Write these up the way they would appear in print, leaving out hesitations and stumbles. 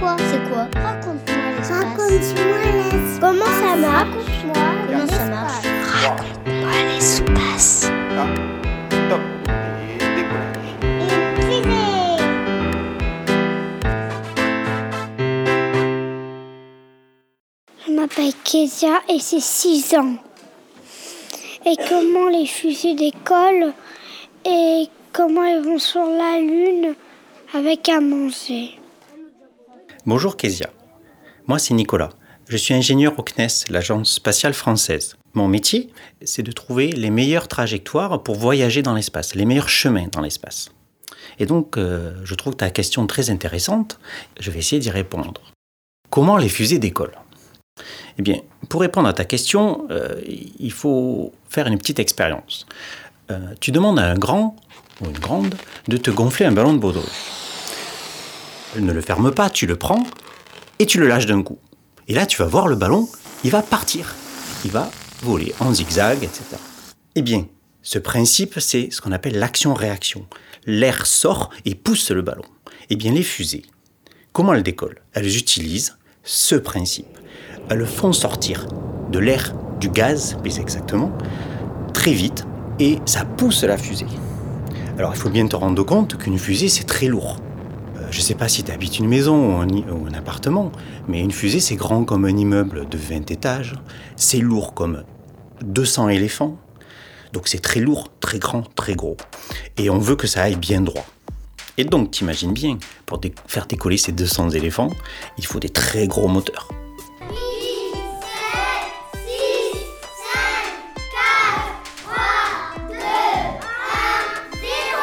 quoi? C'est quoi? Raconte-moi l'espace. Raconte-moi l'espace. Comment ça marche? Raconte-moi Comment ça l'espace. marche? Raconte-moi l'espace. Top. Et décollage. Une fusée. Je m'appelle Kezia et c'est 6 ans. Et comment les fusées décollent et comment elles vont sur la Lune avec à manger. Bonjour Kezia, moi c'est Nicolas. Je suis ingénieur au CNES, l'agence spatiale française. Mon métier, c'est de trouver les meilleures trajectoires pour voyager dans l'espace, les meilleurs chemins dans l'espace. Et donc, je trouve ta question très intéressante. Je vais essayer d'y répondre. Comment les fusées décollent ? Eh bien, pour répondre à ta question, il faut faire une petite expérience. Tu demandes à un grand ou une grande de te gonfler un ballon de baudruche. Ne le ferme pas, tu le prends et tu le lâches d'un coup. Et là, tu vas voir le ballon, il va partir. Il va voler en zigzag, etc. Eh bien, ce principe, c'est ce qu'on appelle l'action-réaction. L'air sort et pousse le ballon. Eh bien, les fusées, comment elles décollent ? Elles utilisent ce principe. Elles le font sortir de l'air, du gaz, plus exactement, très vite, et ça pousse la fusée. Alors, il faut bien te rendre compte qu'une fusée, c'est très lourd. Je ne sais pas si tu habites une maison ou un appartement, mais une fusée, c'est grand comme un immeuble de 20 étages. C'est lourd comme 200 éléphants. Donc c'est très lourd, très grand, très gros. Et on veut que ça aille bien droit. Et donc, t'imagines bien, pour faire décoller ces 200 éléphants, il faut des très gros moteurs. 8, 7, 6, 5, 4, 3, 2, 1,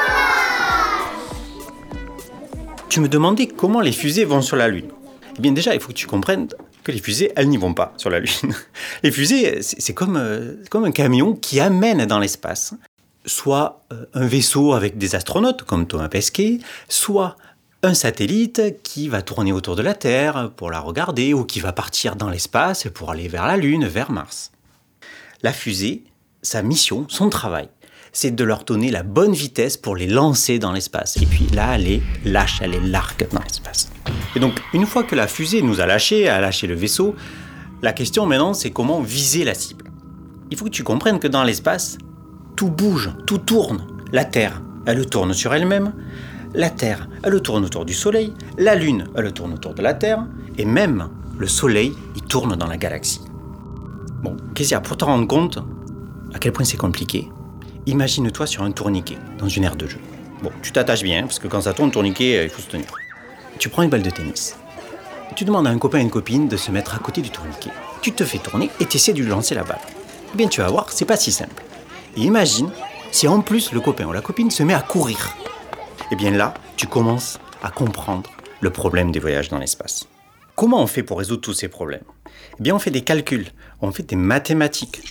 décollage! Tu me demandais comment les fusées vont sur la Lune. Eh bien déjà, il faut que tu comprennes que les fusées, elles n'y vont pas sur la Lune. Les fusées, c'est comme un camion qui amène dans l'espace soit un vaisseau avec des astronautes, comme Thomas Pesquet, soit un satellite qui va tourner autour de la Terre pour la regarder, ou qui va partir dans l'espace pour aller vers la Lune, vers Mars. La fusée, sa mission, son travail, c'est de leur donner la bonne vitesse pour les lancer dans l'espace. Et puis là, elle les lâche, elle les largue dans l'espace. Et donc, une fois que la fusée nous a lâché le vaisseau, la question maintenant, c'est comment viser la cible. Il faut que tu comprennes que dans l'espace, tout bouge, tout tourne. La Terre, elle tourne sur elle-même. La Terre, elle tourne autour du Soleil. La Lune, elle tourne autour de la Terre. Et même le Soleil, il tourne dans la galaxie. Bon, Kezia, pour te rendre compte à quel point c'est compliqué, imagine-toi sur un tourniquet, dans une aire de jeu. Bon, tu t'attaches bien, parce que quand ça tourne, tourniquet, il faut se tenir. Tu prends une balle de tennis. Tu demandes à un copain et une copine de se mettre à côté du tourniquet. Tu te fais tourner et tu essaies de lui lancer la balle. Eh bien, tu vas voir, c'est pas si simple. Et imagine si en plus le copain ou la copine se met à courir. Eh bien là, tu commences à comprendre le problème des voyages dans l'espace. Comment on fait pour résoudre tous ces problèmes ? Eh bien, on fait des calculs, on fait des mathématiques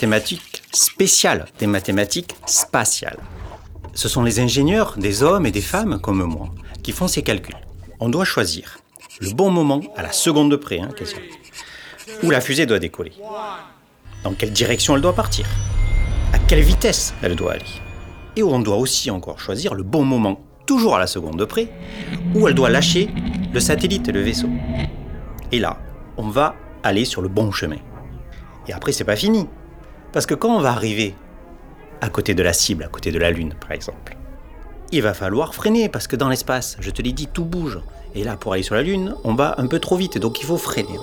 spéciales, des mathématiques spatiales. Ce sont les ingénieurs, des hommes et des femmes comme moi, qui font ces calculs. On doit choisir le bon moment, à la seconde près, question, où la fusée doit décoller. Dans quelle direction elle doit partir ? À quelle vitesse elle doit aller ? Et on doit aussi encore choisir le bon moment, toujours à la seconde près, où elle doit lâcher le satellite et le vaisseau. Et là, on va aller sur le bon chemin. Et après, c'est pas fini. Parce que quand on va arriver à côté de la cible, à côté de la Lune, par exemple, il va falloir freiner, parce que dans l'espace, je te l'ai dit, tout bouge. Et là, pour aller sur la Lune, on va un peu trop vite, donc il faut freiner.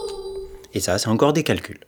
Et ça, c'est encore des calculs.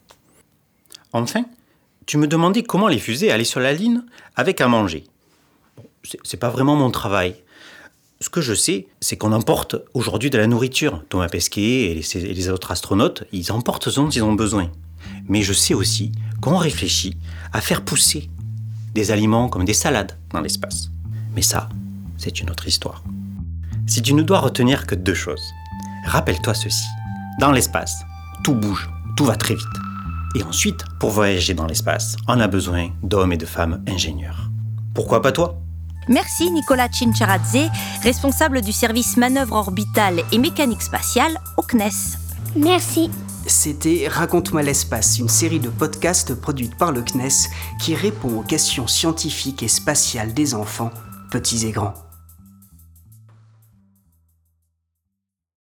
Enfin, tu me demandais comment les fusées allaient sur la Lune avec à manger. Bon, c'est pas vraiment mon travail. Ce que je sais, c'est qu'on emporte aujourd'hui de la nourriture. Thomas Pesquet et les autres astronautes, ils emportent ce dont ils ont besoin. Mais je sais aussi qu'on réfléchit à faire pousser des aliments comme des salades dans l'espace. Mais ça, c'est une autre histoire. Si tu ne dois retenir que 2 choses, rappelle-toi ceci. Dans l'espace, tout bouge, tout va très vite. Et ensuite, pour voyager dans l'espace, on a besoin d'hommes et de femmes ingénieurs. Pourquoi pas toi ? Merci Nicolas Cinciarazze, responsable du service manœuvre orbitale et mécanique spatiale au CNES. Merci. C'était Raconte-moi l'espace, une série de podcasts produite par le CNES qui répond aux questions scientifiques et spatiales des enfants, petits et grands.